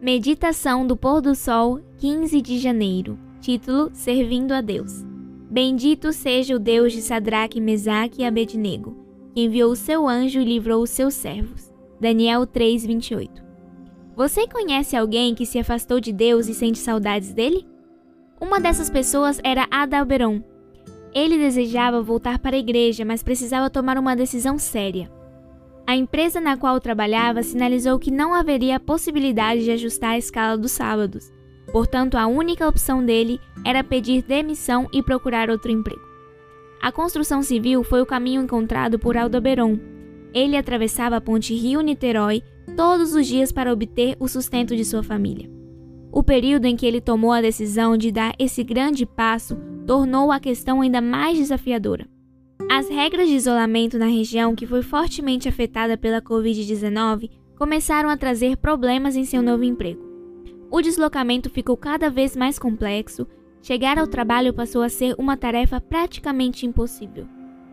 Meditação do pôr do sol, 15 de janeiro. Título: Servindo a Deus. Bendito seja o Deus de Sadraque, Mesaque e Abednego, que enviou o seu anjo e livrou os seus servos. Daniel 3:28. Você conhece alguém que se afastou de Deus e sente saudades dele? Uma dessas pessoas era Adalberon. Ele desejava voltar para a igreja, mas precisava tomar uma decisão séria. A empresa na qual trabalhava sinalizou que não haveria possibilidade de ajustar a escala dos sábados. Portanto, a única opção dele era pedir demissão e procurar outro emprego. A construção civil foi o caminho encontrado por Adalberon. Ele atravessava a ponte Rio-Niterói todos os dias para obter o sustento de sua família. O período em que ele tomou a decisão de dar esse grande passo tornou a questão ainda mais desafiadora. As regras de isolamento na região, que foi fortemente afetada pela Covid-19, começaram a trazer problemas em seu novo emprego. O deslocamento ficou cada vez mais complexo, chegar ao trabalho passou a ser uma tarefa praticamente impossível.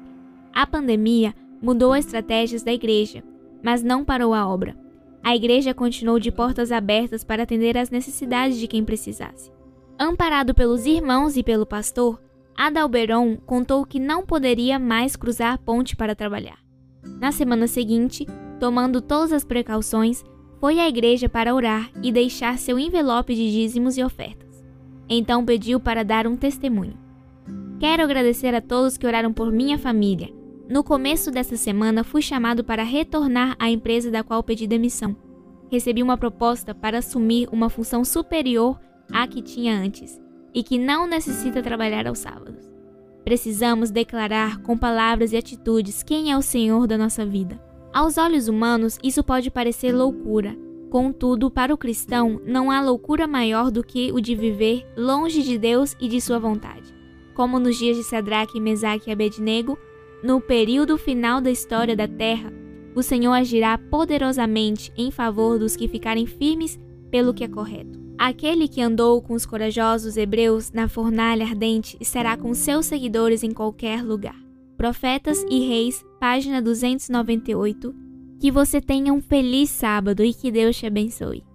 A pandemia mudou as estratégias da igreja, mas não parou a obra. A igreja continuou de portas abertas para atender às necessidades de quem precisasse. Amparado pelos irmãos e pelo pastor, Adalberon contou que não poderia mais cruzar a ponte para trabalhar. Na semana seguinte, tomando todas as precauções, foi à igreja para orar e deixar seu envelope de dízimos e ofertas. Então pediu para dar um testemunho. Quero agradecer a todos que oraram por minha família. No começo dessa semana, fui chamado para retornar à empresa da qual pedi demissão. Recebi uma proposta para assumir uma função superior à que tinha antes e que não necessita trabalhar aos sábados. Precisamos declarar com palavras e atitudes quem é o Senhor da nossa vida. Aos olhos humanos, isso pode parecer loucura. Contudo, para o cristão, não há loucura maior do que o de viver longe de Deus e de sua vontade. Como nos dias de Sadraque, Mesaque e Abednego, no período final da história da terra, o Senhor agirá poderosamente em favor dos que ficarem firmes pelo que é correto. Aquele que andou com os corajosos hebreus na fornalha ardente estará com seus seguidores em qualquer lugar. Profetas e Reis, página 298. Que você tenha um feliz sábado e que Deus te abençoe.